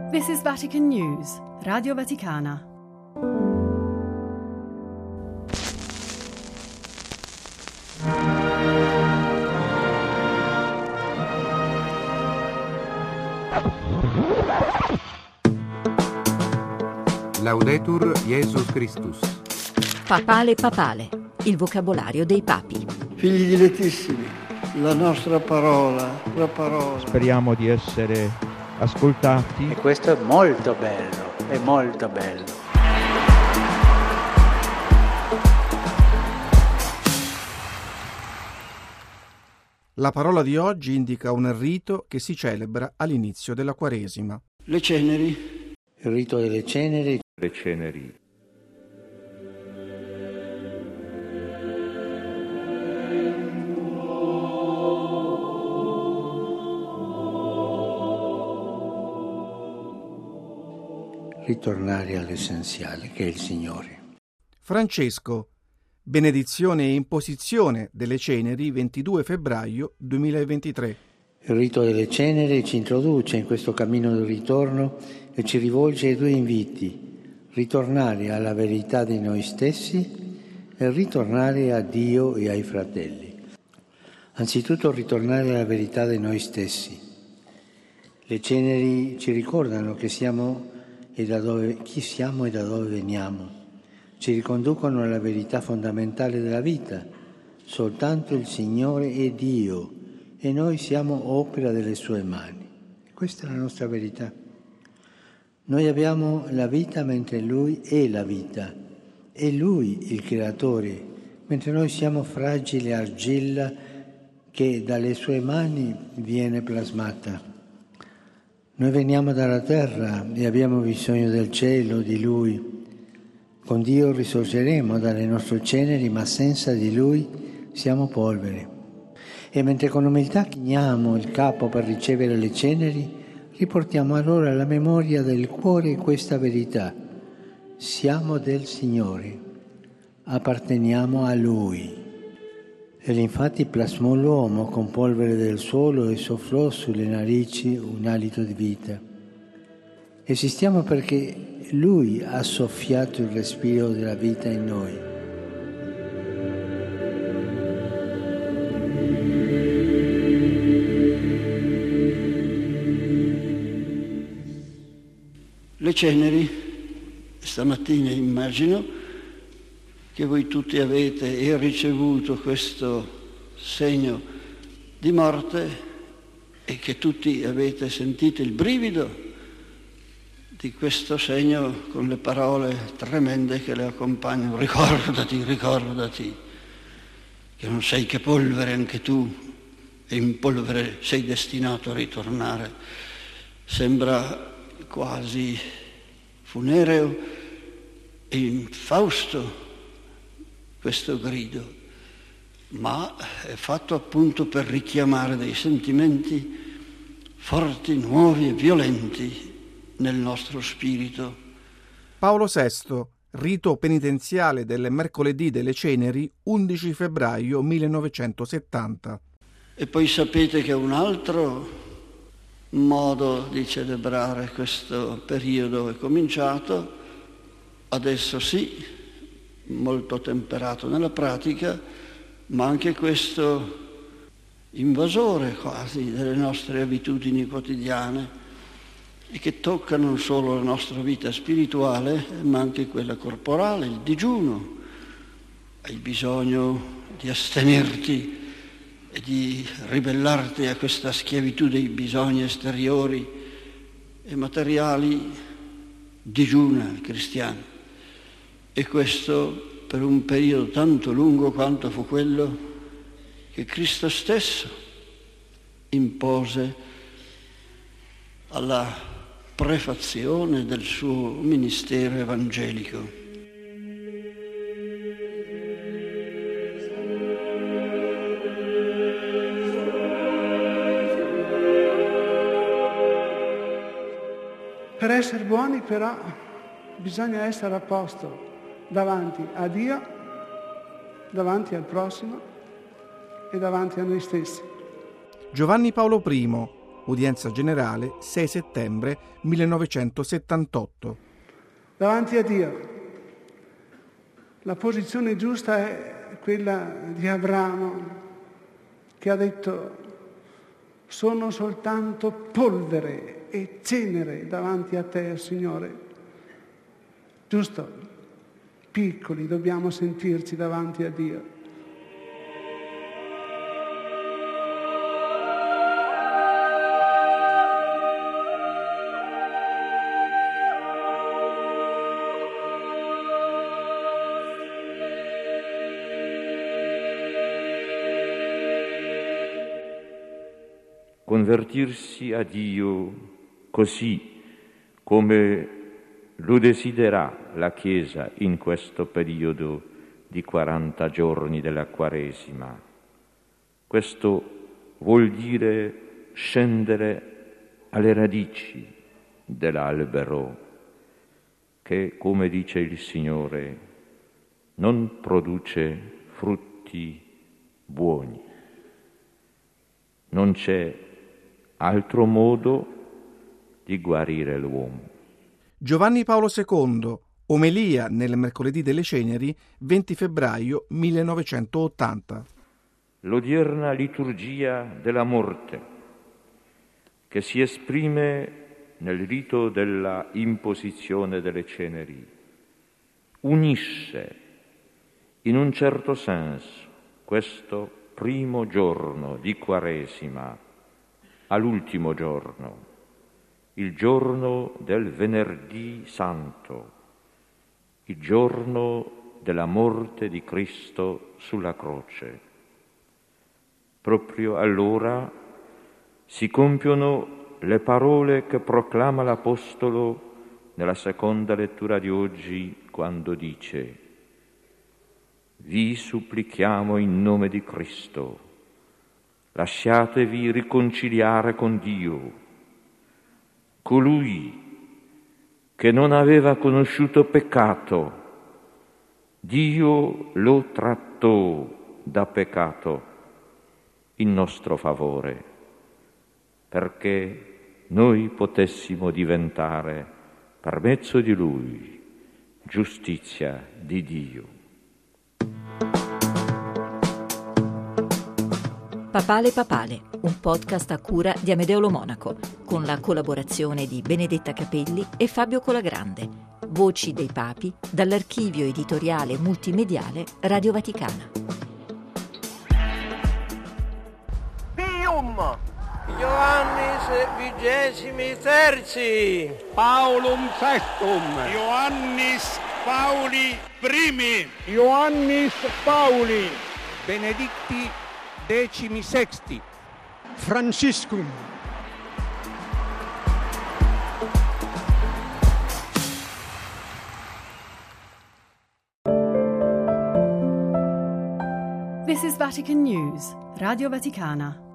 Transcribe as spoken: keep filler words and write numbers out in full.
This is Vatican News, Radio Vaticana. Laudetur Jesus Christus. Papale papale, il vocabolario dei papi. Figli dilettissimi, la nostra parola, la parola. Speriamo di essere ascoltati. E questo è molto bello, è molto bello. La parola di oggi indica un rito che si celebra all'inizio della Quaresima. Le ceneri. Il rito delle ceneri. Le ceneri. Ritornare all'essenziale, che è il Signore. Francesco, benedizione e imposizione delle ceneri, ventidue febbraio duemilaventitré. Il rito delle ceneri ci introduce in questo cammino del ritorno e ci rivolge ai due inviti: ritornare alla verità di noi stessi e ritornare a Dio e ai fratelli. Anzitutto ritornare alla verità di noi stessi. Le ceneri ci ricordano che siamo e da dove, chi siamo e da dove veniamo. Ci riconducono alla verità fondamentale della vita. Soltanto il Signore è Dio e noi siamo opera delle sue mani. Questa è la nostra verità. Noi abbiamo la vita mentre Lui è la vita. È Lui il creatore, mentre noi siamo fragile argilla che dalle sue mani viene plasmata. Noi veniamo dalla terra e abbiamo bisogno del cielo, di Lui. Con Dio risorgeremo dalle nostre ceneri, ma senza di Lui siamo polvere. E mentre con umiltà chiniamo il capo per ricevere le ceneri, riportiamo allora alla memoria del cuore questa verità. Siamo del Signore, apparteniamo a Lui. Egli infatti plasmò l'uomo con polvere del suolo e sofflò sulle narici un alito di vita. Esistiamo perché Lui ha soffiato il respiro della vita in noi. Le ceneri, stamattina immagino che voi tutti avete e ricevuto questo segno di morte e che tutti avete sentito il brivido di questo segno con le parole tremende che le accompagnano. Ricordati, ricordati che non sei che polvere anche tu e in polvere sei destinato a ritornare. Sembra quasi funereo e infausto questo grido, ma è fatto appunto per richiamare dei sentimenti forti, nuovi e violenti nel nostro spirito. Paolo sesto, rito penitenziale del mercoledì delle ceneri, undici febbraio millenovecentosettanta. E poi sapete che un altro modo di celebrare questo periodo è cominciato, adesso sì, molto temperato nella pratica, ma anche questo invasore quasi delle nostre abitudini quotidiane e che tocca non solo la nostra vita spirituale, ma anche quella corporale, il digiuno. Hai bisogno di astenerti e di ribellarti a questa schiavitù dei bisogni esteriori e materiali. Digiuna il cristiano. E questo per un periodo tanto lungo quanto fu quello che Cristo stesso impose alla prefazione del suo ministero evangelico. Per essere buoni però bisogna essere a posto davanti a Dio, davanti al prossimo e davanti a noi stessi. Giovanni Paolo I, Udienza generale sei settembre millenovecentosettantotto. Davanti a Dio la posizione giusta è quella di Abramo, che ha detto: sono soltanto polvere e cenere davanti a te, Signore. Giusto? Piccoli dobbiamo sentirci davanti a Dio. Convertirsi a Dio così come lo desidera la Chiesa in questo periodo di quaranta giorni della Quaresima. Questo vuol dire scendere alle radici dell'albero che, come dice il Signore, non produce frutti buoni. Non c'è altro modo di guarire l'uomo. Giovanni Paolo secondo, omelia nel mercoledì delle Ceneri, venti febbraio millenovecentottanta. L'odierna liturgia della morte, che si esprime nel rito della imposizione delle ceneri, unisce in un certo senso questo primo giorno di Quaresima all'ultimo giorno, il giorno del Venerdì Santo, il giorno della morte di Cristo sulla croce. Proprio allora si compiono le parole che proclama l'Apostolo nella seconda lettura di oggi, quando dice: vi supplichiamo in nome di Cristo, lasciatevi riconciliare con Dio. Colui che non aveva conosciuto peccato, Dio lo trattò da peccato in nostro favore, perché noi potessimo diventare, per mezzo di Lui, giustizia di Dio. Papale Papale, un podcast a cura di Amedeo Lo Monaco, con la collaborazione di Benedetta Capelli e Fabio Colagrande. Voci dei Papi, dall'archivio editoriale multimediale Radio Vaticana. Pium Ioannis vigesimi terzi Paulum sextum Ioannis Pauli primi Ioannis Pauli Benedicti decimi sexti Franciscum. This is Vatican News, Radio Vaticana.